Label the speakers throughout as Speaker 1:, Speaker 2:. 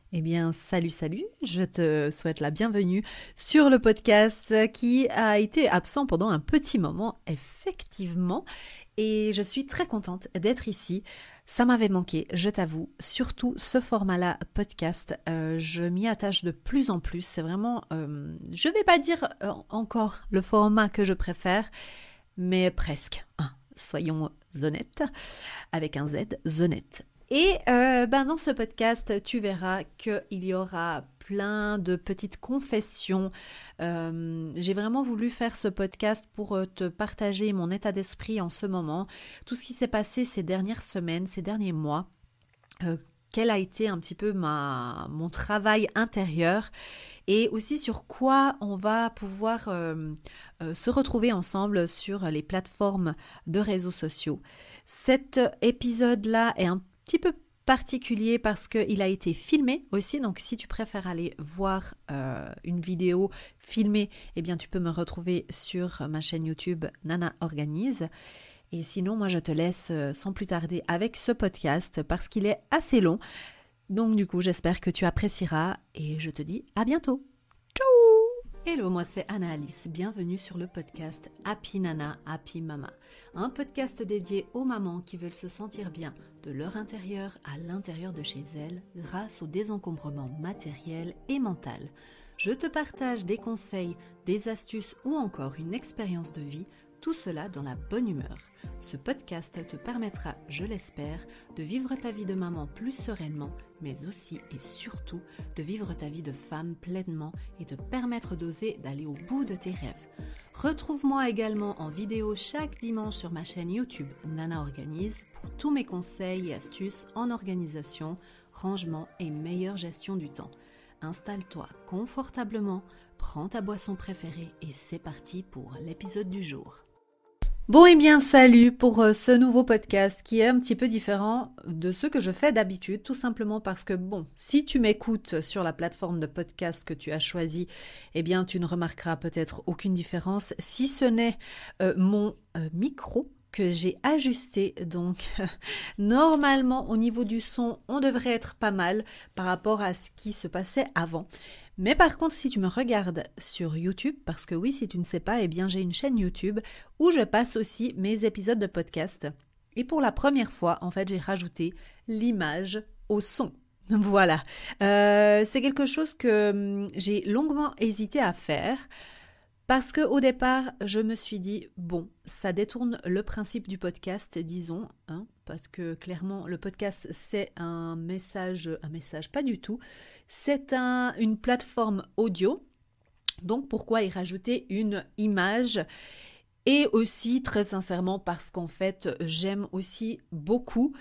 Speaker 1: Eh bien, salut, je te souhaite la bienvenue sur le podcast qui a été absent pendant un petit moment, effectivement, et je suis très contente d'être ici. Ça m'avait manqué, je t'avoue, surtout ce format-là podcast, je m'y attache de plus en plus, c'est vraiment, je vais pas dire encore le format que je préfère, mais presque, hein, soyons honnêtes, avec un Z, honnête. Et dans ce podcast, tu verras qu'il y aura plein de petites confessions. J'ai vraiment voulu faire ce podcast pour te partager mon état d'esprit en ce moment, tout ce qui s'est passé ces dernières semaines, ces derniers mois, quel a été un petit peu mon travail intérieur et aussi sur quoi on va pouvoir se retrouver ensemble sur les plateformes de réseaux sociaux. Cet épisode-là est un petit peu particulier parce qu'il a été filmé aussi, donc si tu préfères aller voir une vidéo filmée, eh bien tu peux me retrouver sur ma chaîne YouTube Nana Organise. Et sinon, moi je te laisse sans plus tarder avec ce podcast parce qu'il est assez long. Donc du coup, j'espère que tu apprécieras et je te dis à bientôt. Hello, moi c'est Anna-Alice, bienvenue sur le podcast Happy Nana, Happy Mama, un podcast dédié aux mamans qui veulent se sentir bien de leur intérieur à l'intérieur de chez elles grâce au désencombrement matériel et mental. Je te partage des conseils, des astuces ou encore une expérience de vie, tout cela dans la bonne humeur. Ce podcast te permettra, je l'espère, de vivre ta vie de maman plus sereinement, mais aussi et surtout de vivre ta vie de femme pleinement et te permettre d'oser d'aller au bout de tes rêves. Retrouve-moi également en vidéo chaque dimanche sur ma chaîne YouTube Nana Organise pour tous mes conseils et astuces en organisation, rangement et meilleure gestion du temps. Installe-toi confortablement, prends ta boisson préférée et c'est parti pour l'épisode du jour. Bon et bien salut pour ce nouveau podcast qui est un petit peu différent de ce que je fais d'habitude, tout simplement parce que bon, si tu m'écoutes sur la plateforme de podcast que tu as choisie, eh bien tu ne remarqueras peut-être aucune différence si ce n'est mon micro que j'ai ajusté, donc normalement au niveau du son on devrait être pas mal par rapport à ce qui se passait avant. Mais par contre, si tu me regardes sur YouTube, parce que oui, si tu ne sais pas, eh bien j'ai une chaîne YouTube où je passe aussi mes épisodes de podcast. Et pour la première fois, en fait, j'ai rajouté l'image au son. Voilà. C'est quelque chose que j'ai longuement hésité à faire. Parce qu'au départ, je me suis dit, bon, ça détourne le principe du podcast, disons, hein, parce que clairement, le podcast, c'est un message pas du tout, c'est une plateforme audio, donc pourquoi y rajouter une image ? Et aussi, très sincèrement, parce qu'en fait, j'aime aussi beaucoup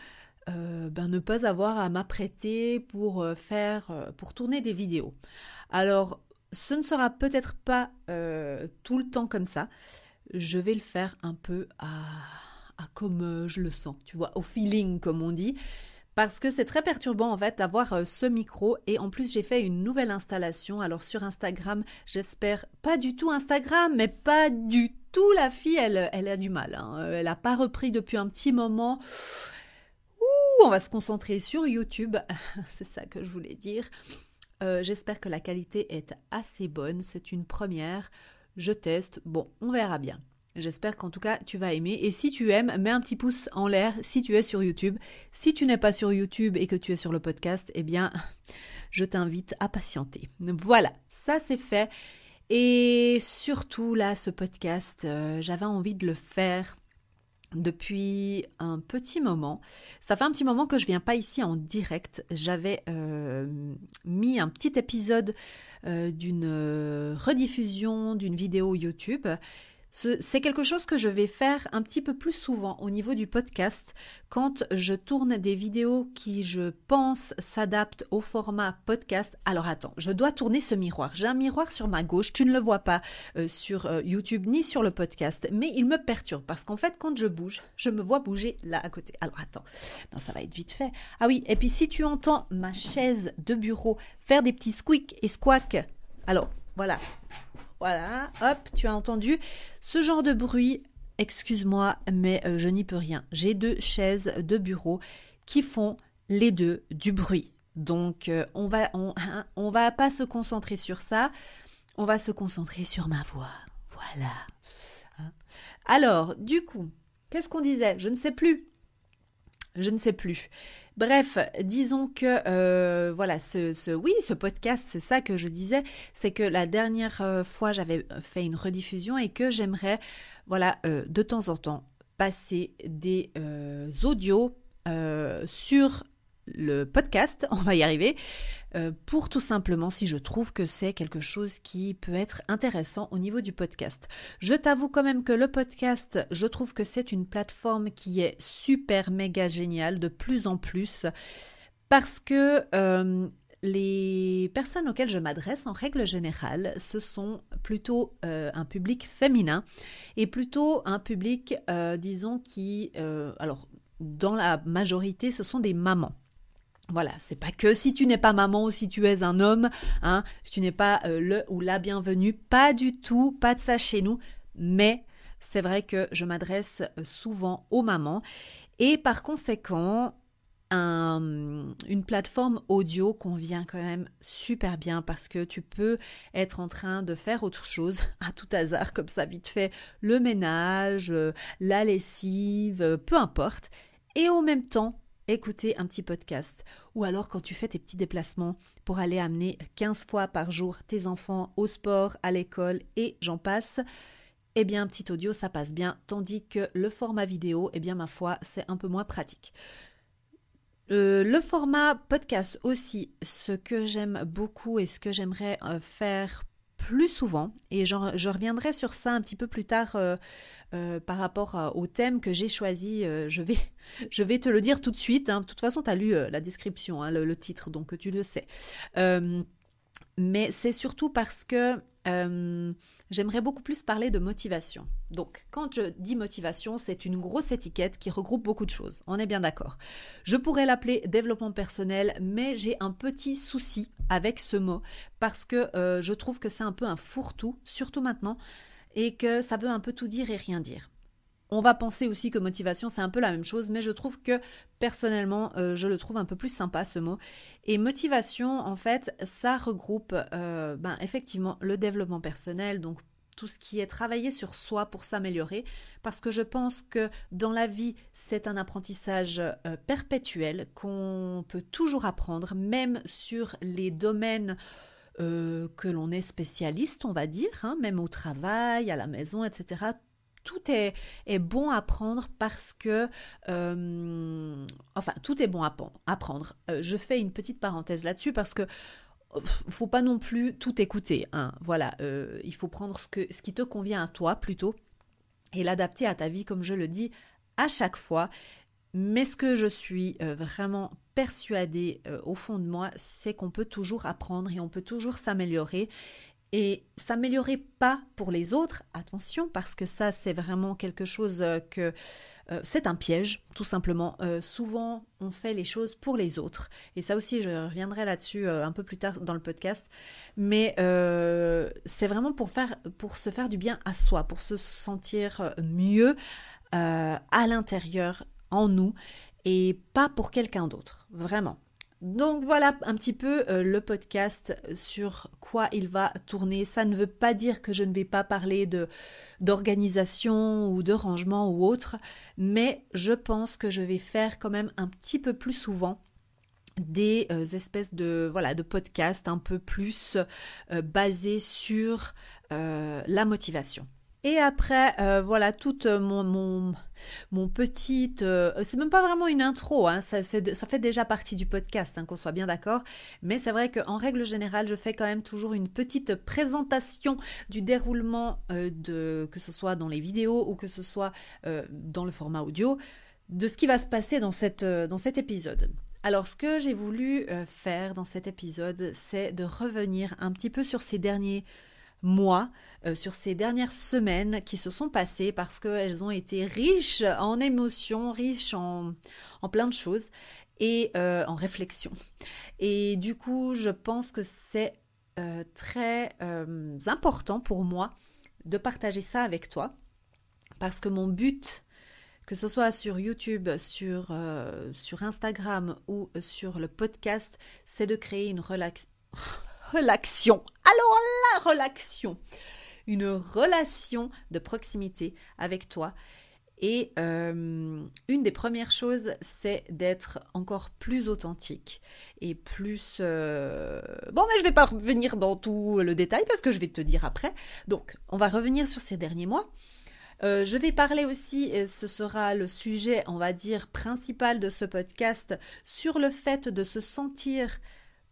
Speaker 1: ne pas avoir à m'apprêter pour tourner des vidéos. Alors, ce ne sera peut-être pas tout le temps comme ça. Je vais le faire un peu à comme je le sens, tu vois, au feeling comme on dit. Parce que c'est très perturbant en fait d'avoir ce micro et en plus j'ai fait une nouvelle installation. Alors sur Instagram, j'espère pas du tout Instagram, mais pas du tout la fille, elle a du mal. Hein. Elle n'a pas repris depuis un petit moment. Ouh, on va se concentrer sur YouTube, c'est ça que je voulais dire. J'espère que la qualité est assez bonne, c'est une première, je teste, bon, on verra bien. J'espère qu'en tout cas tu vas aimer et si tu aimes, mets un petit pouce en l'air si tu es sur YouTube. Si tu n'es pas sur YouTube et que tu es sur le podcast, eh bien, je t'invite à patienter. Voilà, ça c'est fait et surtout là, ce podcast, j'avais envie de le faire depuis un petit moment. Ça fait un petit moment que je viens pas ici en direct. J'avais mis un petit épisode d'une rediffusion d'une vidéo YouTube. C'est quelque chose que je vais faire un petit peu plus souvent au niveau du podcast quand je tourne des vidéos qui, je pense, s'adaptent au format podcast. Alors attends, je dois tourner ce miroir. J'ai un miroir sur ma gauche, tu ne le vois pas sur YouTube ni sur le podcast, mais il me perturbe parce qu'en fait, quand je bouge, je me vois bouger là à côté. Alors attends, non, ça va être vite fait. Ah oui, et puis si tu entends ma chaise de bureau faire des petits squeaks et squawks, alors voilà. Voilà, hop, tu as entendu ce genre de bruit, excuse-moi, mais je n'y peux rien. J'ai deux chaises de bureau qui font les deux du bruit. Donc, on va pas se concentrer sur ça, on va se concentrer sur ma voix. Voilà. Hein. Alors, du coup, qu'est-ce qu'on disait? Je ne sais plus. Bref, disons que voilà, ce podcast, c'est ça que je disais, c'est que la dernière fois j'avais fait une rediffusion et que j'aimerais, voilà, de temps en temps passer des audios sur le podcast, on va y arriver, pour tout simplement si je trouve que c'est quelque chose qui peut être intéressant au niveau du podcast. Je t'avoue quand même que le podcast, je trouve que c'est une plateforme qui est super méga géniale de plus en plus parce que les personnes auxquelles je m'adresse en règle générale, ce sont plutôt un public féminin et plutôt un public, disons, qui, alors dans la majorité, ce sont des mamans. Voilà, c'est pas que si tu n'es pas maman ou si tu es un homme, hein, si tu n'es pas le ou la bienvenue, pas du tout, pas de ça chez nous, mais c'est vrai que je m'adresse souvent aux mamans et par conséquent, une plateforme audio convient quand même super bien parce que tu peux être en train de faire autre chose à tout hasard, comme ça vite fait, le ménage, la lessive, peu importe, et en même temps, écouter un petit podcast ou alors quand tu fais tes petits déplacements pour aller amener 15 fois par jour tes enfants au sport, à l'école et j'en passe, eh bien un petit audio ça passe bien, tandis que le format vidéo, eh bien ma foi, c'est un peu moins pratique. Le format podcast aussi, ce que j'aime beaucoup et ce que j'aimerais faire plus souvent, et je reviendrai sur ça un petit peu plus tard par rapport au thème que j'ai choisi, je vais te le dire tout de suite, hein. De toute façon tu as lu la description, hein, le titre, donc tu le sais. Mais c'est surtout parce que j'aimerais beaucoup plus parler de motivation. Donc, quand je dis motivation, c'est une grosse étiquette qui regroupe beaucoup de choses. On est bien d'accord. Je pourrais l'appeler développement personnel, mais j'ai un petit souci avec ce mot parce que je trouve que c'est un peu un fourre-tout, surtout maintenant, et que ça veut un peu tout dire et rien dire. On va penser aussi que motivation, c'est un peu la même chose, mais je trouve que personnellement, je le trouve un peu plus sympa ce mot. Et motivation, en fait, ça regroupe effectivement le développement personnel, donc tout ce qui est travailler sur soi pour s'améliorer, parce que je pense que dans la vie, c'est un apprentissage perpétuel qu'on peut toujours apprendre, même sur les domaines que l'on est spécialiste, on va dire, hein, même au travail, à la maison, etc. Tout est bon à prendre parce que... tout est bon à apprendre. Je fais une petite parenthèse là-dessus parce que faut pas non plus tout écouter. Hein. Voilà, il faut prendre ce qui te convient à toi plutôt et l'adapter à ta vie, comme je le dis à chaque fois. Mais ce que je suis vraiment persuadée au fond de moi, c'est qu'on peut toujours apprendre et on peut toujours s'améliorer. Et s'améliorer pas pour les autres, attention, parce que ça c'est vraiment quelque chose que c'est un piège, tout simplement. Souvent on fait les choses pour les autres, et ça aussi je reviendrai là-dessus un peu plus tard dans le podcast, mais c'est vraiment pour se faire du bien à soi, pour se sentir mieux à l'intérieur, en nous, et pas pour quelqu'un d'autre, vraiment. Donc voilà un petit peu le podcast sur quoi il va tourner. Ça ne veut pas dire que je ne vais pas parler d'organisation ou de rangement ou autre, mais je pense que je vais faire quand même un petit peu plus souvent des espèces de podcasts un peu plus basés sur la motivation. Et après, toute mon petite... c'est même pas vraiment une intro, hein, ça fait déjà partie du podcast, hein, qu'on soit bien d'accord. Mais c'est vrai qu'en règle générale, je fais quand même toujours une petite présentation du déroulement, que ce soit dans les vidéos ou que ce soit dans le format audio, de ce qui va se passer dans cet épisode. Alors, ce que j'ai voulu faire dans cet épisode, c'est de revenir un petit peu sur ces derniers mois, sur ces dernières semaines qui se sont passées parce qu'elles ont été riches en émotions, riches en plein de choses et en réflexion. Et du coup, je pense que c'est très important pour moi de partager ça avec toi parce que mon but, que ce soit sur YouTube, sur Instagram ou sur le podcast, c'est de créer une relaxation. Alors la relaxation, une relation de proximité avec toi. Et une des premières choses, c'est d'être encore plus authentique et plus... Bon, mais je ne vais pas revenir dans tout le détail parce que je vais te dire après. Donc, on va revenir sur ces derniers mois. Je vais parler aussi, et ce sera le sujet, on va dire, principal de ce podcast, sur le fait de se sentir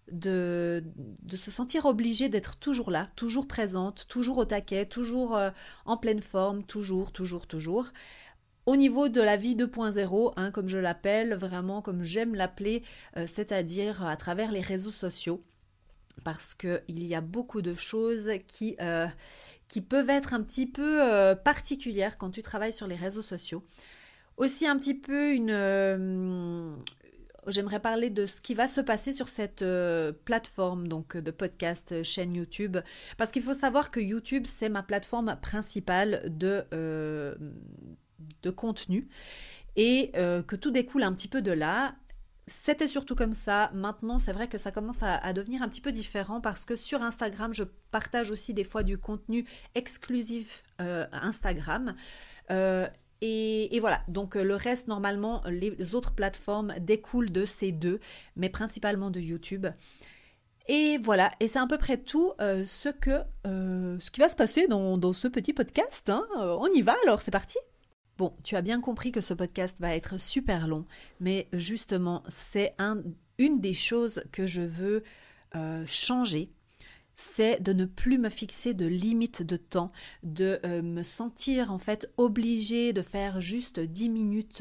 Speaker 1: obligée d'être toujours là, toujours présente, toujours au taquet, toujours en pleine forme, toujours. Au niveau de la vie 2.0, hein, comme je l'appelle, vraiment comme j'aime l'appeler, c'est-à-dire à travers les réseaux sociaux, parce qu'il y a beaucoup de choses qui peuvent être un petit peu particulières quand tu travailles sur les réseaux sociaux. Aussi un petit peu j'aimerais parler de ce qui va se passer sur cette plateforme donc de podcast, chaîne YouTube, parce qu'il faut savoir que YouTube, c'est ma plateforme principale de contenu et que tout découle un petit peu de là. C'était surtout comme ça. Maintenant, c'est vrai que ça commence à devenir un petit peu différent parce que sur Instagram, je partage aussi des fois du contenu exclusif Instagram. Et voilà, donc le reste, normalement, les autres plateformes découlent de ces deux, mais principalement de YouTube. Et voilà, et c'est à peu près tout ce qui va se passer dans ce petit podcast. Hein. On y va alors, c'est parti. Bon, tu as bien compris que ce podcast va être super long, mais justement, c'est une des choses que je veux changer, c'est de ne plus me fixer de limites de temps, de me sentir en fait obligée de faire juste 10 minutes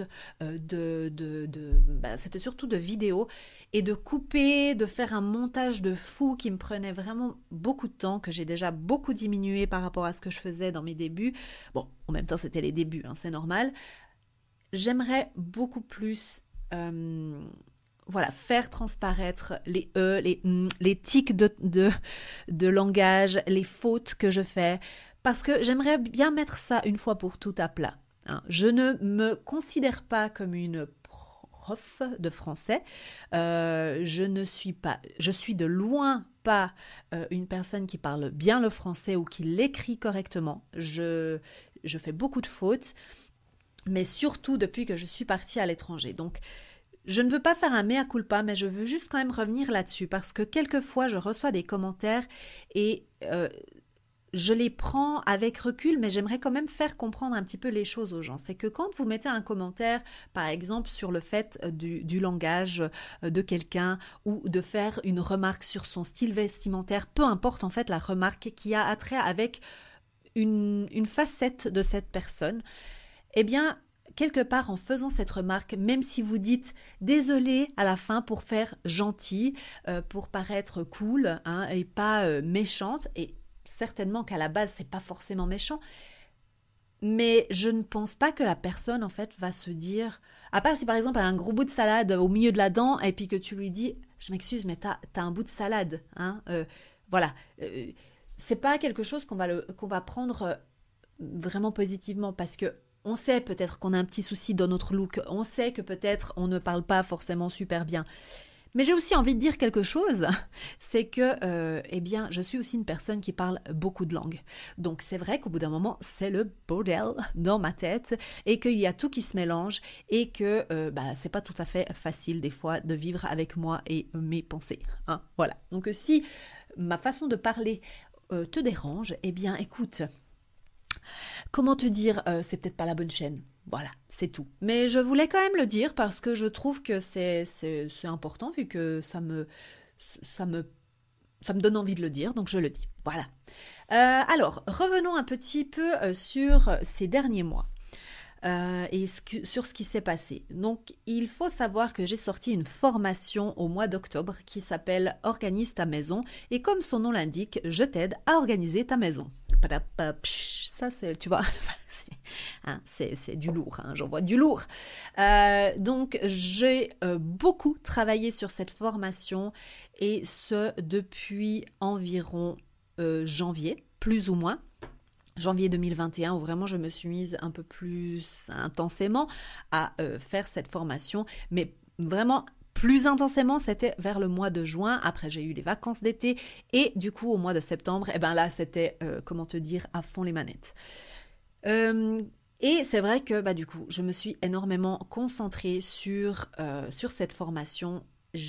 Speaker 1: c'était surtout de vidéos, et de couper, de faire un montage de fou qui me prenait vraiment beaucoup de temps, que j'ai déjà beaucoup diminué par rapport à ce que je faisais dans mes débuts. Bon, en même temps, c'était les débuts, hein, c'est normal. J'aimerais beaucoup plus faire transparaître les E, les tics de langage, les fautes que je fais, parce que j'aimerais bien mettre ça une fois pour toutes à plat. Hein. Je ne me considère pas comme une prof de français. Je suis de loin pas une personne qui parle bien le français ou qui l'écrit correctement. Je fais beaucoup de fautes, mais surtout depuis que je suis partie à l'étranger. Donc, je ne veux pas faire un mea culpa, mais je veux juste quand même revenir là-dessus parce que quelquefois, je reçois des commentaires et je les prends avec recul, mais j'aimerais quand même faire comprendre un petit peu les choses aux gens. C'est que quand vous mettez un commentaire, par exemple, sur le fait du langage de quelqu'un ou de faire une remarque sur son style vestimentaire, peu importe en fait la remarque qui a attrait avec une facette de cette personne, eh bien, quelque part en faisant cette remarque, même si vous dites désolé à la fin pour faire gentil, pour paraître cool hein, et pas méchante, et certainement qu'à la base c'est pas forcément méchant, mais je ne pense pas que la personne en fait va se dire, à part si par exemple elle a un gros bout de salade au milieu de la dent et puis que tu lui dis je m'excuse mais t'as un bout de salade, hein, voilà, c'est pas quelque chose qu'on va prendre vraiment positivement parce que on sait peut-être qu'on a un petit souci dans notre look, on sait que peut-être on ne parle pas forcément super bien. Mais j'ai aussi envie de dire quelque chose, c'est que je suis aussi une personne qui parle beaucoup de langues. Donc c'est vrai qu'au bout d'un moment, c'est le bordel dans ma tête et qu'il y a tout qui se mélange et que c'est pas tout à fait facile des fois de vivre avec moi et mes pensées. Hein, voilà. Donc si ma façon de parler te dérange, eh bien écoute... Comment te dire, c'est peut-être pas la bonne chaîne. Voilà, c'est tout. Mais je voulais quand même le dire parce que je trouve que c'est important vu que ça me donne envie de le dire, donc je le dis. Voilà. Alors, revenons un petit peu sur ces derniers mois. Sur ce qui s'est passé. Donc, il faut savoir que j'ai sorti une formation au mois d'octobre qui s'appelle Organise ta maison et comme son nom l'indique, je t'aide à organiser ta maison. Ça, c'est, tu vois, c'est du lourd, hein, j'en vois du lourd. Donc, j'ai beaucoup travaillé sur cette formation et ce depuis environ janvier, plus ou moins. janvier 2021 où vraiment je me suis mise un peu plus intensément à faire cette formation, mais vraiment plus intensément, c'était vers le mois de juin. Après, j'ai eu les vacances d'été et du coup, au mois de septembre, et ben là, c'était, comment te dire, à fond les manettes. Euh, et c'est vrai que bah, du coup, je me suis énormément concentrée sur cette formation.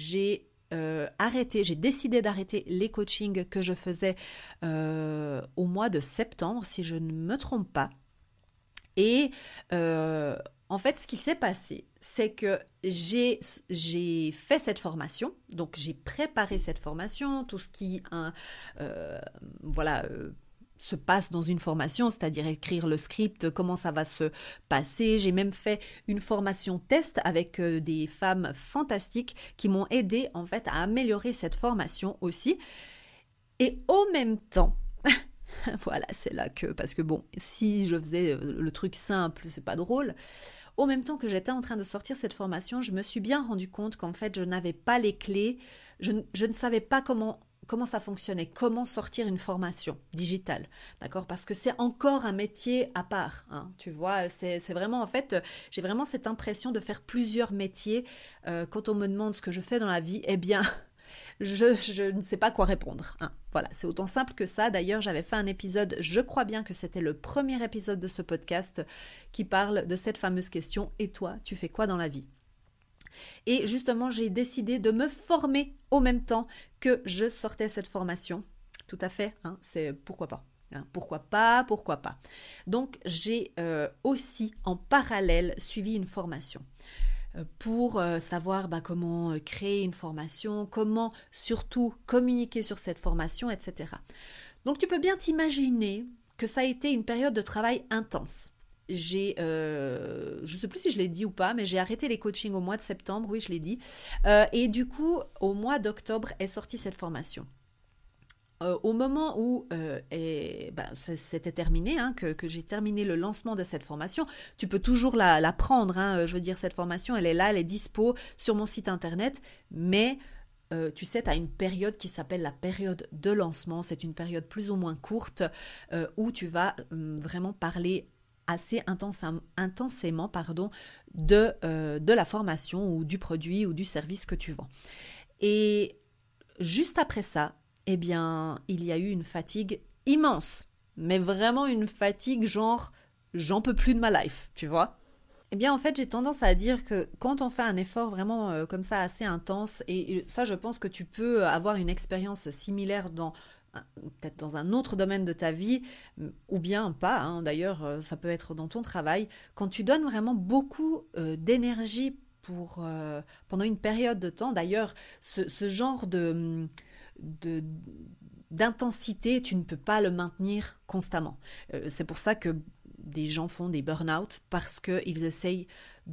Speaker 1: J'ai décidé d'arrêter les coachings que je faisais au mois de septembre, si je ne me trompe pas. Et en fait, ce qui s'est passé, c'est que j'ai fait cette formation, donc j'ai préparé cette formation, tout ce qui euh, voilà, se passe dans une formation, c'est-à-dire écrire le script, comment ça va se passer. J'ai même fait une formation test avec des femmes fantastiques qui m'ont aidé en fait à améliorer cette formation aussi. Et au même temps, voilà, c'est là que, parce que bon, si je faisais le truc simple, c'est pas drôle. Au même temps que j'étais en train de sortir cette formation, je me suis bien rendu compte qu'en fait, je n'avais pas les clés, je ne savais pas comment ça fonctionnait, comment sortir une formation digitale, d'accord? Parce que c'est encore un métier à part, hein, tu vois, c'est vraiment, en fait, j'ai vraiment cette impression de faire plusieurs métiers. Quand on me demande ce que je fais dans la vie, eh bien, je ne sais pas quoi répondre, hein. Voilà, c'est autant simple que ça. D'ailleurs, j'avais fait un épisode, je crois bien que c'était le premier épisode de ce podcast qui parle de cette fameuse question: et toi, tu fais quoi dans la vie? Et justement, j'ai décidé de me former au même temps que je sortais cette formation. Tout à fait, hein, c'est pourquoi pas. Hein, pourquoi pas, pourquoi pas. Donc, j'ai aussi en parallèle suivi une formation pour savoir bah, comment créer une formation, comment surtout communiquer sur cette formation, etc. Donc tu peux bien t'imaginer que ça a été une période de travail intense. Je ne sais plus si je l'ai dit ou pas, mais j'ai arrêté les coachings au mois de septembre, oui je l'ai dit, et du coup au mois d'octobre est sortie cette formation. Au moment où c'était terminé, hein, que j'ai terminé le lancement de cette formation, tu peux toujours la prendre, hein, je veux dire, cette formation, elle est là, elle est dispo sur mon site internet, mais tu sais, tu as une période qui s'appelle la période de lancement, c'est une période plus ou moins courte où tu vas vraiment parler assez intensément de la formation ou du produit ou du service que tu vends. Et juste après ça, eh bien, il y a eu une fatigue immense, mais vraiment une fatigue genre j'en peux plus de ma life, tu vois. Eh bien, en fait, j'ai tendance à dire que quand on fait un effort vraiment comme ça assez intense, et ça, je pense que tu peux avoir une expérience similaire peut-être dans un autre domaine de ta vie, ou bien pas, hein, d'ailleurs, ça peut être dans ton travail, quand tu donnes vraiment beaucoup d'énergie pendant une période de temps. D'ailleurs, ce genre de d'intensité, tu ne peux pas le maintenir constamment. C'est pour ça que des gens font des burn-out parce qu'ils essayent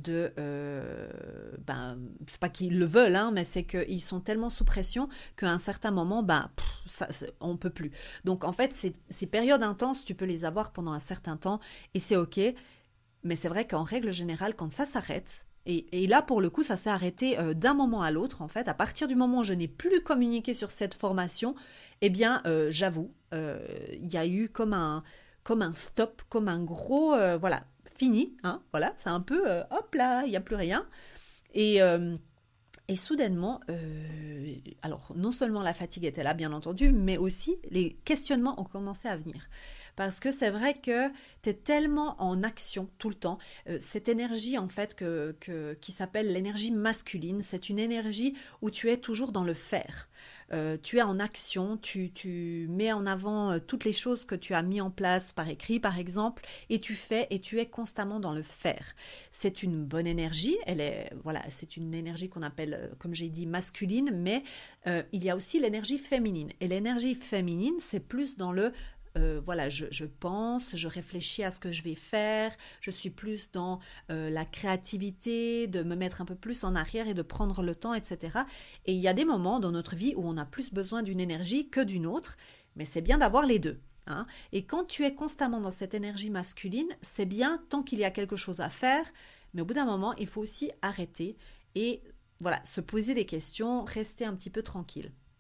Speaker 1: c'est pas qu'ils le veulent, hein, mais c'est qu'ils sont tellement sous pression qu'à un certain moment, on peut plus. Donc en fait, ces périodes intenses, tu peux les avoir pendant un certain temps et c'est ok, mais c'est vrai qu'en règle générale, quand ça s'arrête, et là, pour le coup, ça s'est arrêté d'un moment à l'autre, en fait. À partir du moment où je n'ai plus communiqué sur cette formation, eh bien, j'avoue, il y a eu comme un stop, comme un gros, voilà, fini, hein, voilà, c'est un peu, hop là, il n'y a plus rien. Et, euh, et soudainement, alors non seulement la fatigue était là, bien entendu, mais aussi les questionnements ont commencé à venir. Parce que c'est vrai que tu es tellement en action tout le temps. Cette énergie, en fait, qui s'appelle l'énergie masculine, c'est une énergie où tu es toujours dans le faire. Tu es en action, tu mets en avant toutes les choses que tu as mis en place par écrit, par exemple, et tu fais et tu es constamment dans le faire. C'est une bonne énergie, voilà, c'est une énergie qu'on appelle, comme j'ai dit, masculine, mais il y a aussi l'énergie féminine. Et l'énergie féminine, c'est plus dans le voilà, je pense, je réfléchis à ce que je vais faire, je suis plus dans la créativité, de me mettre un peu plus en arrière et de prendre le temps, etc. Et il y a des moments dans notre vie où on a plus besoin d'une énergie que d'une autre, mais c'est bien d'avoir les deux, hein. Et quand tu es constamment dans cette énergie masculine, c'est bien tant qu'il y a quelque chose à faire, mais au bout d'un moment, il faut aussi arrêter et voilà, se poser des questions, rester un petit peu tranquille.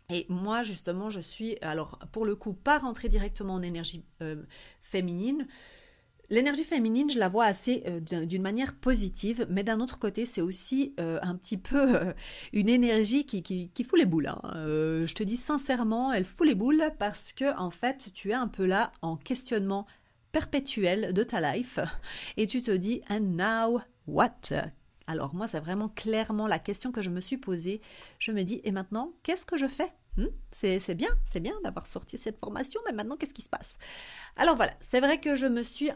Speaker 1: Et moi, justement, je suis, alors pour le coup, pas rentrée directement en énergie féminine. L'énergie féminine, je la vois assez d'une manière positive, mais d'un autre côté, c'est aussi un petit peu une énergie qui fout les boules, hein. Je te dis sincèrement, elle fout les boules parce que en fait, tu es un peu là en questionnement perpétuel de ta life et tu te dis and now what? Alors moi, c'est vraiment clairement la question que je me suis posée. Je me dis et maintenant, qu'est-ce que je fais? C'est bien d'avoir sorti cette formation, mais maintenant, qu'est-ce qui se passe? Alors voilà, c'est vrai que je me suis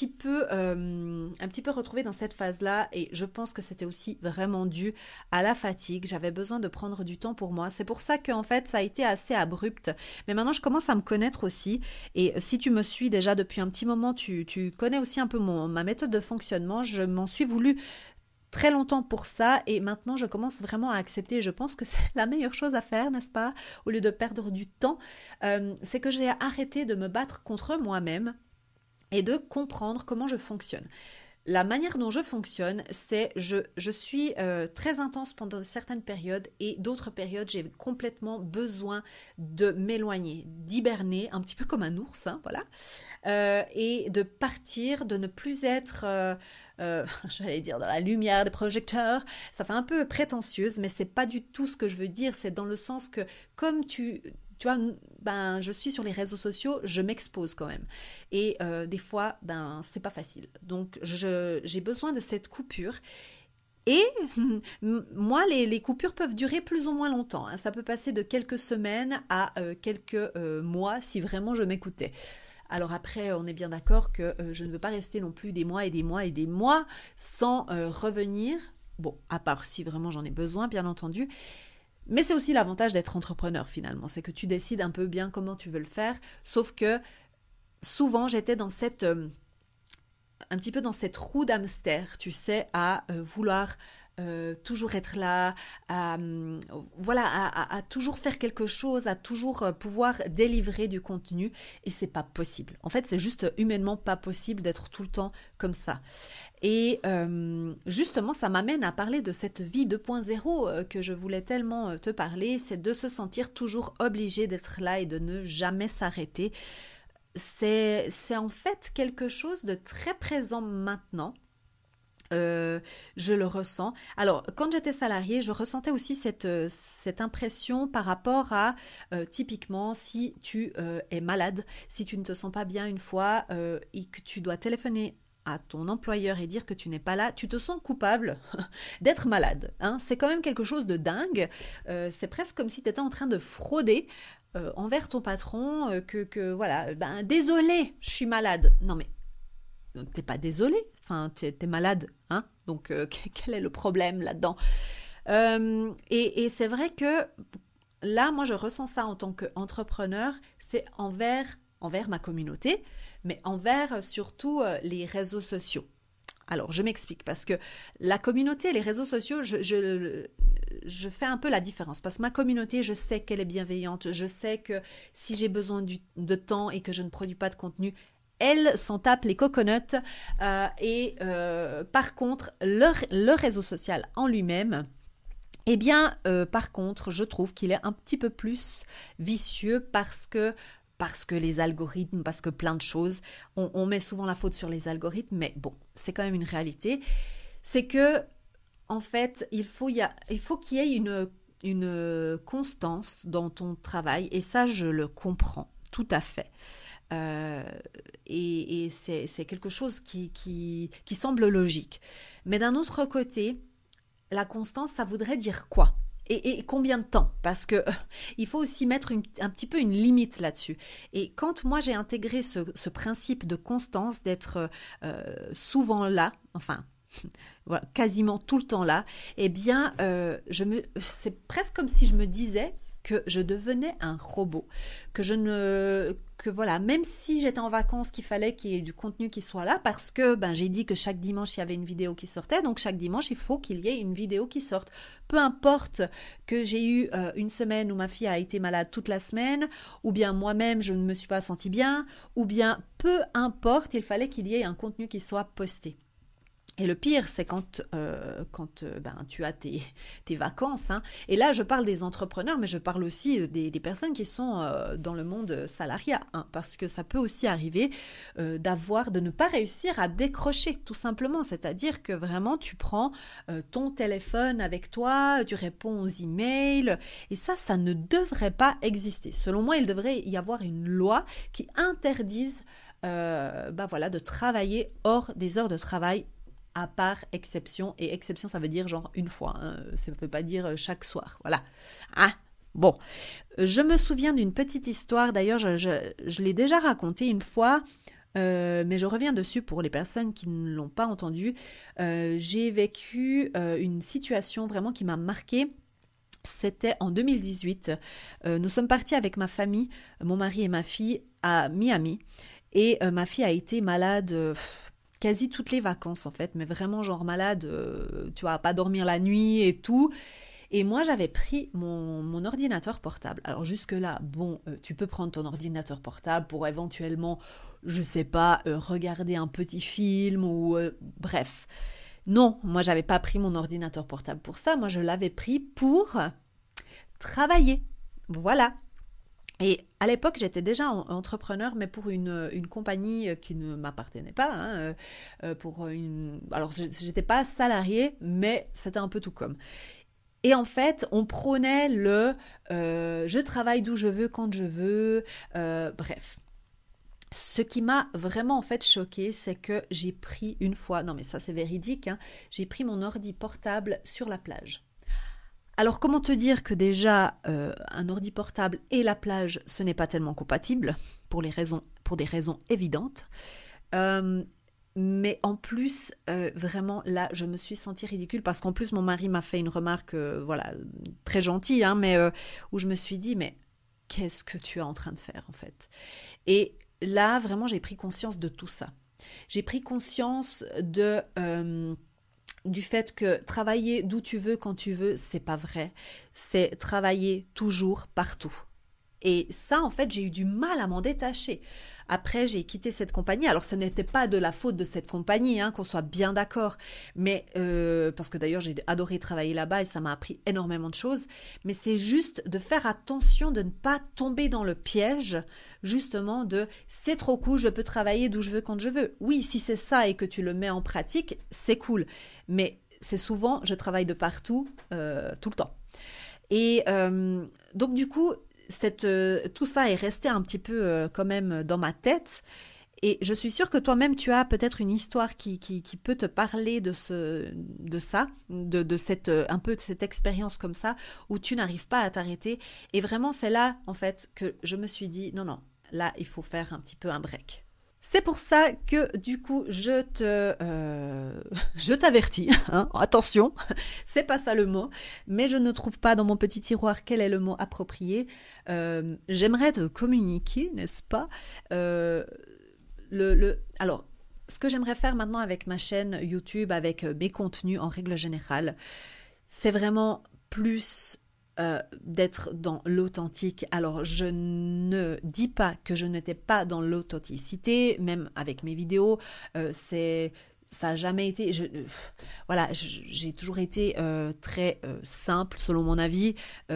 Speaker 1: un petit peu retrouvée dans cette phase-là et je pense que c'était aussi vraiment dû à la fatigue. J'avais besoin de prendre du temps pour moi. C'est pour ça qu'en fait, ça a été assez abrupt. Mais maintenant, je commence à me connaître aussi. Et si tu me suis déjà depuis un petit moment, tu connais aussi un peu ma méthode de fonctionnement. Je m'en suis voulu très longtemps pour ça et maintenant je commence vraiment à accepter. Je pense que c'est la meilleure chose à faire, n'est-ce pas? Au lieu de perdre du temps, c'est que j'ai arrêté de me battre contre moi-même et de comprendre comment je fonctionne. La manière dont je fonctionne, c'est je suis très intense pendant certaines périodes et d'autres périodes, j'ai complètement besoin de m'éloigner, d'hiberner, un petit peu comme un ours, hein, voilà, et de partir, de ne plus être, j'allais dire, dans la lumière des projecteurs. Ça fait un peu prétentieuse, mais c'est pas du tout ce que je veux dire. C'est dans le sens que, comme tu vois, ben, je suis sur les réseaux sociaux, je m'expose quand même. Et des fois, ben, c'est pas facile. Donc, j'ai besoin de cette coupure. Et moi, les coupures peuvent durer plus ou moins longtemps, hein. Ça peut passer de quelques semaines à quelques mois si vraiment je m'écoutais. Alors après, on est bien d'accord que je ne veux pas rester non plus des mois et des mois et des mois sans revenir. Bon, à part si vraiment j'en ai besoin, bien entendu. Mais c'est aussi l'avantage d'être entrepreneur finalement, c'est que tu décides un peu bien comment tu veux le faire. Sauf que souvent j'étais dans un petit peu dans cette roue d'hamster, tu sais, à vouloir toujours être là, voilà, à toujours faire quelque chose, à toujours pouvoir délivrer du contenu, et c'est pas possible. En fait, c'est juste humainement pas possible d'être tout le temps comme ça. Et justement, ça m'amène à parler de cette vie 2.0 que je voulais tellement te parler, c'est de se sentir toujours obligé d'être là et de ne jamais s'arrêter. C'est en fait quelque chose de très présent maintenant. Je le ressens. Alors, quand j'étais salariée, je ressentais aussi cette impression par rapport à, typiquement, si tu es malade, si tu ne te sens pas bien une fois et que tu dois téléphoner à ton employeur et dire que tu n'es pas là, tu te sens coupable d'être malade, hein. C'est quand même quelque chose de dingue. C'est presque comme si tu étais en train de frauder envers ton patron, voilà, ben désolé, je suis malade. Non mais t'es pas désolé, enfin t'es malade, hein. Donc quel est le problème là-dedans? Et c'est vrai que là, moi je ressens ça en tant qu'entrepreneur, c'est envers ma communauté, mais envers surtout les réseaux sociaux. Alors, je m'explique, parce que la communauté et les réseaux sociaux, je fais un peu la différence. Parce que ma communauté, je sais qu'elle est bienveillante. Je sais que si j'ai besoin de temps et que je ne produis pas de contenu, elle s'en tape les coconuts. Par contre, le réseau social en lui-même, eh bien, par contre, je trouve qu'il est un petit peu plus vicieux parce que les algorithmes, parce que plein de choses, on met souvent la faute sur les algorithmes, mais bon, c'est quand même une réalité. C'est que, en fait, il faut qu'il y ait une constance dans ton travail, et ça, je le comprends tout à fait. Euh, et c'est quelque chose qui semble logique. Mais d'un autre côté, la constance, ça voudrait dire quoi? Et combien de temps? Parce que il faut aussi mettre un petit peu une limite là-dessus. Et quand moi j'ai intégré ce principe de constance, d'être souvent là, enfin voilà, quasiment tout le temps là, eh bien c'est presque comme si je me disais que je devenais un robot, que voilà, même si j'étais en vacances, qu'il fallait qu'il y ait du contenu qui soit là, parce que ben j'ai dit que chaque dimanche il y avait une vidéo qui sortait, donc chaque dimanche il faut qu'il y ait une vidéo qui sorte. Peu importe que j'ai eu une semaine où ma fille a été malade toute la semaine, ou bien moi-même je ne me suis pas sentie bien, ou bien peu importe, il fallait qu'il y ait un contenu qui soit posté. Et le pire, c'est quand tu as tes vacances. Hein. Et là, je parle des entrepreneurs, mais je parle aussi des personnes qui sont dans le monde salariat. Hein, parce que ça peut aussi arriver de ne pas réussir à décrocher, tout simplement. C'est-à-dire que vraiment, tu prends ton téléphone avec toi, tu réponds aux emails. Et ça ne devrait pas exister. Selon moi, il devrait y avoir une loi qui interdise de travailler hors des heures de travail à part exception, et exception ça veut dire genre une fois, hein. Ça ne veut pas dire chaque soir, voilà. Ah, bon, je me souviens d'une petite histoire, d'ailleurs je l'ai déjà racontée une fois, mais je reviens dessus pour les personnes qui ne l'ont pas entendue. J'ai vécu une situation vraiment qui m'a marquée. C'était en 2018. Nous sommes partis avec ma famille, mon mari et ma fille, à Miami. Et ma fille a été malade quasi toutes les vacances en fait, mais vraiment genre malade, tu vois, pas dormir la nuit et tout. Et moi, j'avais pris mon ordinateur portable. Alors jusque-là, bon, tu peux prendre ton ordinateur portable pour éventuellement, je sais pas, regarder un petit film ou bref. Non, moi, j'avais pas pris mon ordinateur portable pour ça. Moi, je l'avais pris pour travailler. Voilà. Et à l'époque, j'étais déjà entrepreneur, mais pour une compagnie qui ne m'appartenait pas. Hein, alors, je n'étais pas salariée, mais c'était un peu tout comme. Et en fait, on prônait je travaille d'où je veux, quand je veux, bref. Ce qui m'a vraiment en fait choquée, c'est que j'ai pris une fois, non mais ça c'est véridique, hein, j'ai pris mon ordi portable sur la plage. Alors comment te dire que déjà un ordi portable et la plage, ce n'est pas tellement compatible pour des raisons évidentes. Mais en plus, vraiment là, je me suis sentie ridicule parce qu'en plus mon mari m'a fait une remarque, voilà, très gentille, hein, mais où je me suis dit mais qu'est-ce que tu es en train de faire en fait? Et là vraiment j'ai pris conscience de tout ça. J'ai pris conscience du fait que travailler d'où tu veux, quand tu veux, c'est pas vrai. C'est travailler toujours, partout. Et ça, en fait, j'ai eu du mal à m'en détacher. Après, j'ai quitté cette compagnie. Alors, ce n'était pas de la faute de cette compagnie, hein, qu'on soit bien d'accord. Mais parce que d'ailleurs, j'ai adoré travailler là-bas et ça m'a appris énormément de choses. Mais c'est juste de faire attention de ne pas tomber dans le piège, justement, de c'est trop cool, je peux travailler d'où je veux, quand je veux. Oui, si c'est ça et que tu le mets en pratique, c'est cool. Mais c'est souvent, je travaille de partout, tout le temps. Et donc, du coup, tout ça est resté un petit peu quand même dans ma tête. Et je suis sûre que toi-même, tu as peut-être une histoire qui peut te parler de ça, un peu de cette expérience comme ça, où tu n'arrives pas à t'arrêter. Et vraiment, c'est là, en fait, que je me suis dit, non, là, il faut faire un petit peu un break. C'est pour ça que du coup je t'avertis, hein, attention, c'est pas ça le mot, mais je ne trouve pas dans mon petit tiroir quel est le mot approprié. J'aimerais te communiquer, n'est-ce pas, alors, ce que j'aimerais faire maintenant avec ma chaîne YouTube, avec mes contenus en règle générale, c'est vraiment plus d'être dans l'authentique. Alors, je ne dis pas que je n'étais pas dans l'authenticité, même avec mes vidéos, ça n'a jamais été... voilà, j'ai toujours été très simple, selon mon avis.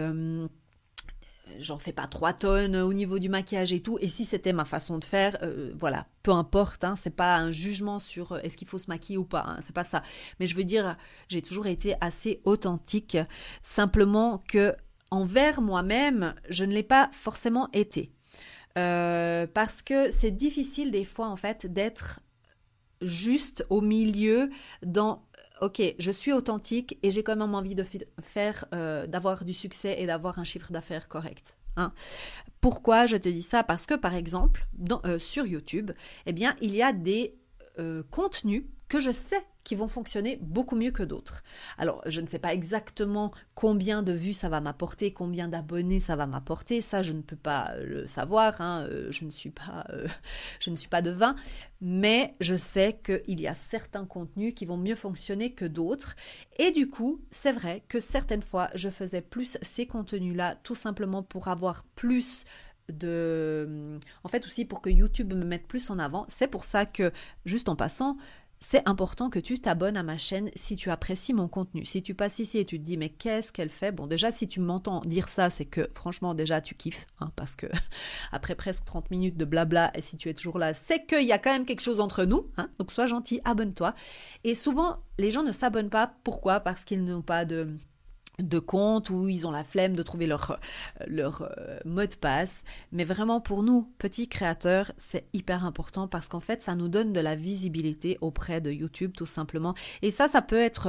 Speaker 1: J'en fais pas 3 tonnes au niveau du maquillage et tout. Et si c'était ma façon de faire, voilà, peu importe. Hein, c'est pas un jugement sur est-ce qu'il faut se maquiller ou pas. Hein, c'est pas ça. Mais je veux dire, j'ai toujours été assez authentique. Simplement que envers moi-même, je ne l'ai pas forcément été. Parce que c'est difficile des fois en fait d'être juste au milieu dans... Ok, je suis authentique et j'ai quand même envie de faire, d'avoir du succès et d'avoir un chiffre d'affaires correct. Hein. Pourquoi je te dis ça? Parce que par exemple, sur YouTube, eh bien, il y a des contenus que je sais qui vont fonctionner beaucoup mieux que d'autres. Alors, je ne sais pas exactement combien de vues ça va m'apporter, combien d'abonnés ça va m'apporter, ça je ne peux pas le savoir, hein, je ne suis pas devin, mais je sais qu'il y a certains contenus qui vont mieux fonctionner que d'autres, et du coup, c'est vrai que certaines fois, je faisais plus ces contenus-là, tout simplement pour avoir plus en fait aussi pour que YouTube me mette plus en avant. C'est pour ça que, juste en passant, c'est important que tu t'abonnes à ma chaîne si tu apprécies mon contenu. Si tu passes ici et tu te dis mais qu'est-ce qu'elle fait? Bon, déjà si tu m'entends dire ça, c'est que franchement déjà tu kiffes, hein, parce que après presque 30 minutes de blabla, et si tu es toujours là, c'est qu'il y a quand même quelque chose entre nous, hein, donc sois gentil, abonne-toi. Et souvent, les gens ne s'abonnent pas. Pourquoi? Parce qu'ils n'ont pas de compte ou ils ont la flemme de trouver leur mot de passe. Mais vraiment pour nous, petits créateurs, c'est hyper important parce qu'en fait, ça nous donne de la visibilité auprès de YouTube tout simplement. Et ça peut être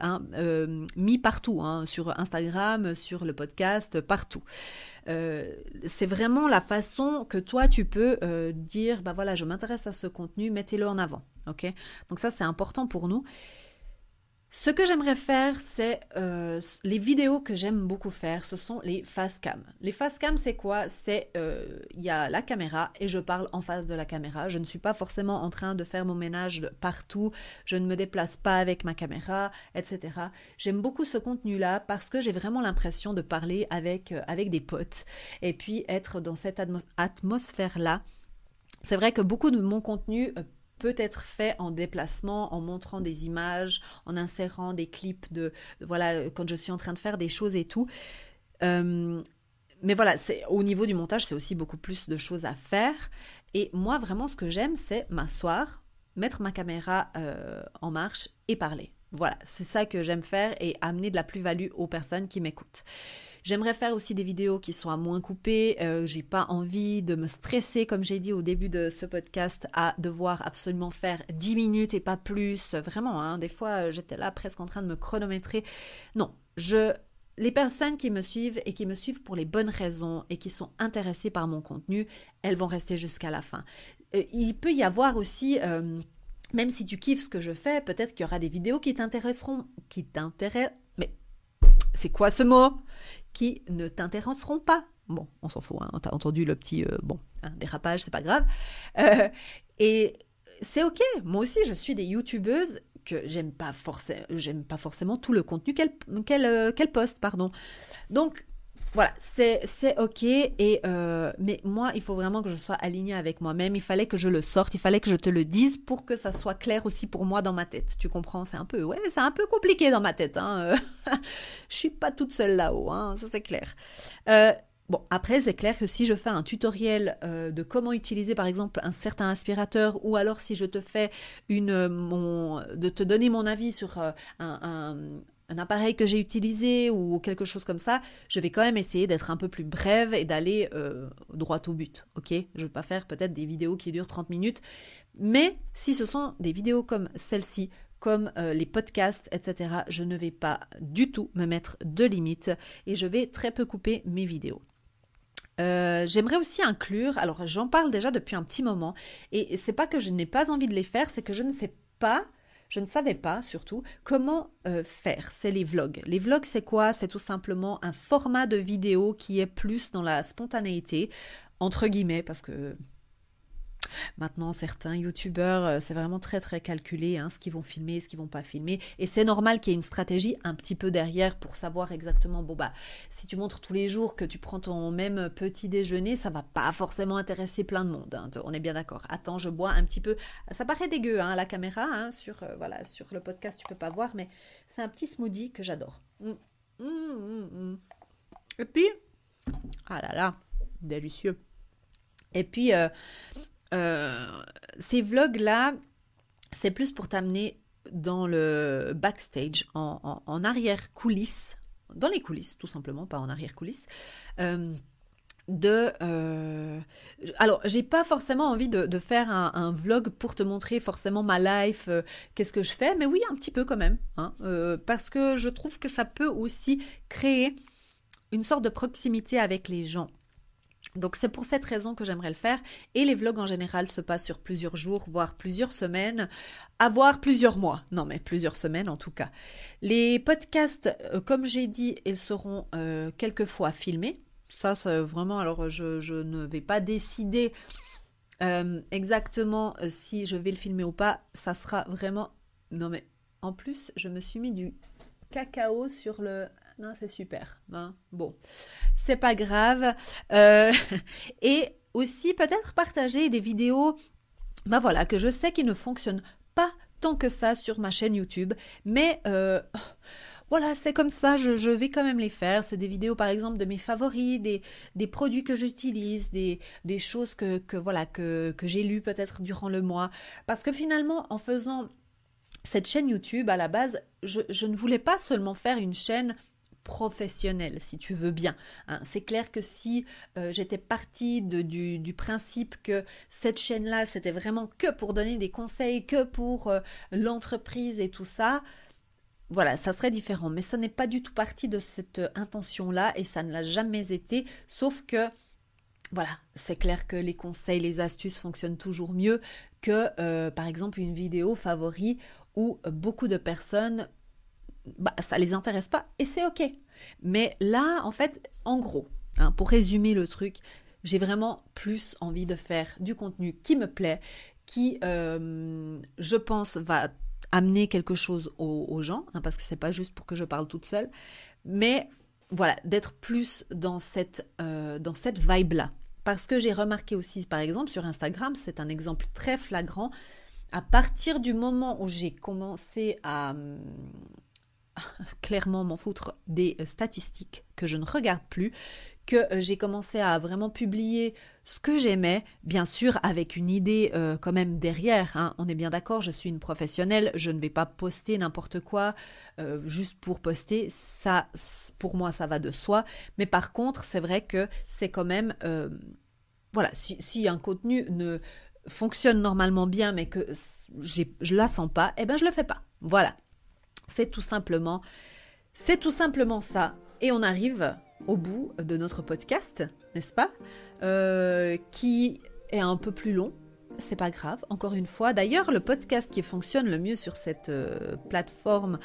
Speaker 1: mis partout, hein, sur Instagram, sur le podcast, partout. C'est vraiment la façon que toi, tu peux dire, bah voilà, je m'intéresse à ce contenu, mettez-le en avant. Ok? Donc ça, c'est important pour nous. Ce que j'aimerais faire, c'est les vidéos que j'aime beaucoup faire, ce sont les face cam. Les face cam, c'est quoi? C'est il y a la caméra et je parle en face de la caméra. Je ne suis pas forcément en train de faire mon ménage partout, je ne me déplace pas avec ma caméra, etc. J'aime beaucoup ce contenu-là parce que j'ai vraiment l'impression de parler avec des potes et puis être dans cette atmosphère-là. C'est vrai que beaucoup de mon contenu peut être fait en déplacement, en montrant des images, en insérant des clips voilà, quand je suis en train de faire des choses et tout. Mais voilà, au niveau du montage, c'est aussi beaucoup plus de choses à faire. Et moi, vraiment, ce que j'aime, c'est m'asseoir, mettre ma caméra en marche et parler. Voilà, c'est ça que j'aime faire et amener de la plus-value aux personnes qui m'écoutent. J'aimerais faire aussi des vidéos qui soient moins coupées. J'ai pas envie de me stresser, comme j'ai dit au début de ce podcast, à devoir absolument faire 10 minutes et pas plus. Vraiment, hein, des fois, j'étais là presque en train de me chronométrer. Non, les personnes qui me suivent et qui me suivent pour les bonnes raisons et qui sont intéressées par mon contenu, elles vont rester jusqu'à la fin. Il peut y avoir aussi... même si tu kiffes ce que je fais, peut-être qu'il y aura des vidéos qui t'intéresseront, mais c'est quoi ce mot? Qui ne t'intéresseront pas. Bon, on s'en fout, hein, t'as entendu le petit dérapage, c'est pas grave. Et c'est ok, moi aussi je suis des youtubeuses que j'aime pas forcément tout le contenu qu'elles postent, pardon. Donc, voilà, c'est ok, mais moi, il faut vraiment que je sois alignée avec moi-même. Il fallait que je le sorte, il fallait que je te le dise pour que ça soit clair aussi pour moi dans ma tête. Tu comprends? C'est un peu compliqué dans ma tête. Hein. Je suis pas toute seule là-haut, hein, ça c'est clair. Bon, après, c'est clair que si je fais un tutoriel de comment utiliser, par exemple, un certain aspirateur, ou alors si je te fais de te donner mon avis sur un appareil que j'ai utilisé ou quelque chose comme ça, je vais quand même essayer d'être un peu plus brève et d'aller droit au but, ok? Je ne vais pas faire peut-être des vidéos qui durent 30 minutes, mais si ce sont des vidéos comme celle-ci, comme les podcasts, etc., je ne vais pas du tout me mettre de limites et je vais très peu couper mes vidéos. J'aimerais aussi inclure, alors j'en parle déjà depuis un petit moment, et c'est pas que je n'ai pas envie de les faire, c'est que je ne savais pas surtout comment faire. C'est les vlogs. Les vlogs, c'est quoi? C'est tout simplement un format de vidéo qui est plus dans la spontanéité, entre guillemets, parce que maintenant, certains youtubeurs, c'est vraiment très très calculé, hein, ce qu'ils vont filmer, ce qu'ils vont pas filmer. Et c'est normal qu'il y ait une stratégie un petit peu derrière pour savoir exactement, bon bah, si tu montres tous les jours que tu prends ton même petit déjeuner, ça va pas forcément intéresser plein de monde. Hein, on est bien d'accord. Attends, je bois un petit peu. Ça paraît dégueu, hein, la caméra, hein, sur le podcast, tu peux pas voir, mais c'est un petit smoothie que j'adore. Et puis, ah là là, délicieux. Et puis, ces vlogs-là, c'est plus pour t'amener dans le backstage, en arrière-coulisses, dans les coulisses tout simplement, pas en arrière-coulisses, alors, j'ai pas forcément envie de faire un vlog pour te montrer forcément ma life, qu'est-ce que je fais, mais oui, un petit peu quand même, hein, parce que je trouve que ça peut aussi créer une sorte de proximité avec les gens. Donc c'est pour cette raison que j'aimerais le faire, et les vlogs en général se passent sur plusieurs jours, voire plusieurs semaines, voire plusieurs mois, non mais plusieurs semaines en tout cas. Les podcasts, comme j'ai dit, ils seront quelquefois filmés, ça c'est vraiment, alors je ne vais pas décider exactement si je vais le filmer ou pas, ça sera vraiment, non mais en plus je me suis mis du cacao sur le... Non, c'est super. Hein, bon, c'est pas grave. Et aussi, peut-être partager des vidéos, bah voilà, que je sais qu'ils ne fonctionnent pas tant que ça sur ma chaîne YouTube, mais voilà, c'est comme ça, je vais quand même les faire. C'est des vidéos par exemple de mes favoris, des produits que j'utilise, des choses voilà, que j'ai lues peut-être durant le mois. Parce que finalement, en faisant cette chaîne YouTube, à la base, je ne voulais pas seulement faire une chaîne professionnelle, si tu veux bien. Hein. C'est clair que si j'étais partie du principe que cette chaîne-là, c'était vraiment que pour donner des conseils, que pour l'entreprise et tout ça, voilà, ça serait différent. Mais ça n'est pas du tout parti de cette intention-là et ça ne l'a jamais été, sauf que voilà, c'est clair que les conseils, les astuces fonctionnent toujours mieux que, par exemple, une vidéo favori où beaucoup de personnes, ça les intéresse pas et c'est ok. Mais là, en fait, en gros, hein, pour résumer le truc, j'ai vraiment plus envie de faire du contenu qui me plaît, qui, je pense, va amener quelque chose aux gens, hein, parce que c'est pas juste pour que je parle toute seule, mais voilà, d'être plus dans cette vibe-là. Parce que j'ai remarqué aussi, par exemple, sur Instagram, c'est un exemple très flagrant, à partir du moment où j'ai commencé à clairement m'en foutre des statistiques que je ne regarde plus, que j'ai commencé à vraiment publier ce que j'aimais, bien sûr avec une idée quand même derrière, hein. On est bien d'accord, je suis une professionnelle, je ne vais pas poster n'importe quoi juste pour poster, ça pour moi ça va de soi, mais par contre c'est vrai que c'est quand même, voilà, si un contenu ne fonctionne normalement bien mais que je la sens pas, eh ben je le fais pas, voilà. C'est tout simplement ça. Et on arrive au bout de notre podcast, n'est-ce pas, qui est un peu plus long. C'est pas grave, encore une fois. D'ailleurs, le podcast qui fonctionne le mieux sur cette plateforme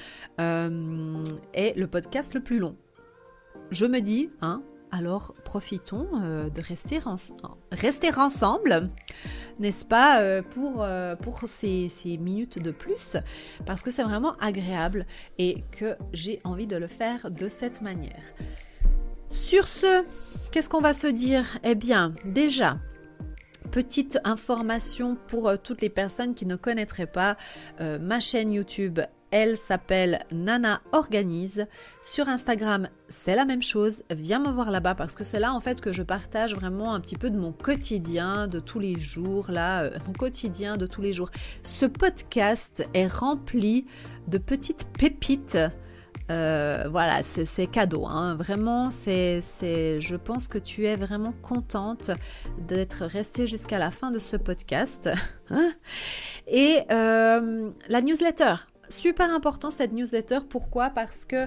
Speaker 1: est le podcast le plus long. Je me dis, hein, alors profitons de rester ensemble, n'est-ce pas, pour ces minutes de plus, parce que c'est vraiment agréable et que j'ai envie de le faire de cette manière. Sur ce, qu'est-ce qu'on va se dire ? Eh bien, déjà, petite information pour toutes les personnes qui ne connaîtraient pas ma chaîne YouTube. Elle s'appelle Nana Organise. Sur Instagram, c'est la même chose. Viens me voir là-bas parce que c'est là en fait que je partage vraiment un petit peu de mon quotidien de tous les jours. Mon quotidien de tous les jours. Ce podcast est rempli de petites pépites. Voilà, c'est cadeau, hein. Vraiment, je pense que tu es vraiment contente d'être restée jusqu'à la fin de ce podcast. Et la newsletter, super important cette newsletter. Pourquoi ? Parce que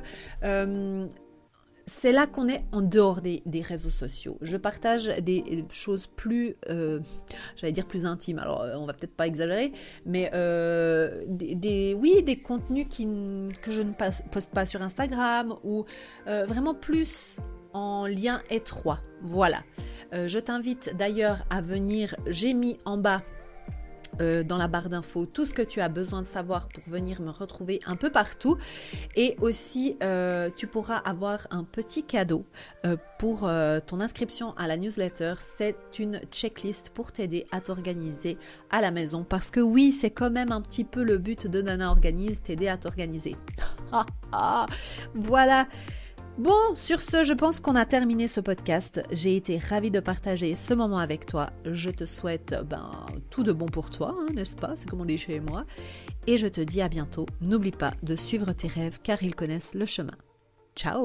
Speaker 1: c'est là qu'on est en dehors des réseaux sociaux. Je partage des choses plus, j'allais dire plus intimes, alors on va peut-être pas exagérer, mais des contenus que je ne poste pas sur Instagram ou vraiment plus en lien étroit. Voilà. Je t'invite d'ailleurs à venir, j'ai mis en bas dans la barre d'infos tout ce que tu as besoin de savoir pour venir me retrouver un peu partout et aussi tu pourras avoir un petit cadeau pour ton inscription à la newsletter. C'est une checklist pour t'aider à t'organiser à la maison parce que oui, c'est quand même un petit peu le but de Nana Organise, t'aider à t'organiser. Voilà. Bon, sur ce, je pense qu'on a terminé ce podcast. J'ai été ravie de partager ce moment avec toi. Je te souhaite tout de bon pour toi, hein, n'est-ce pas ? C'est comme on dit chez moi. Et je te dis à bientôt. N'oublie pas de suivre tes rêves car ils connaissent le chemin. Ciao !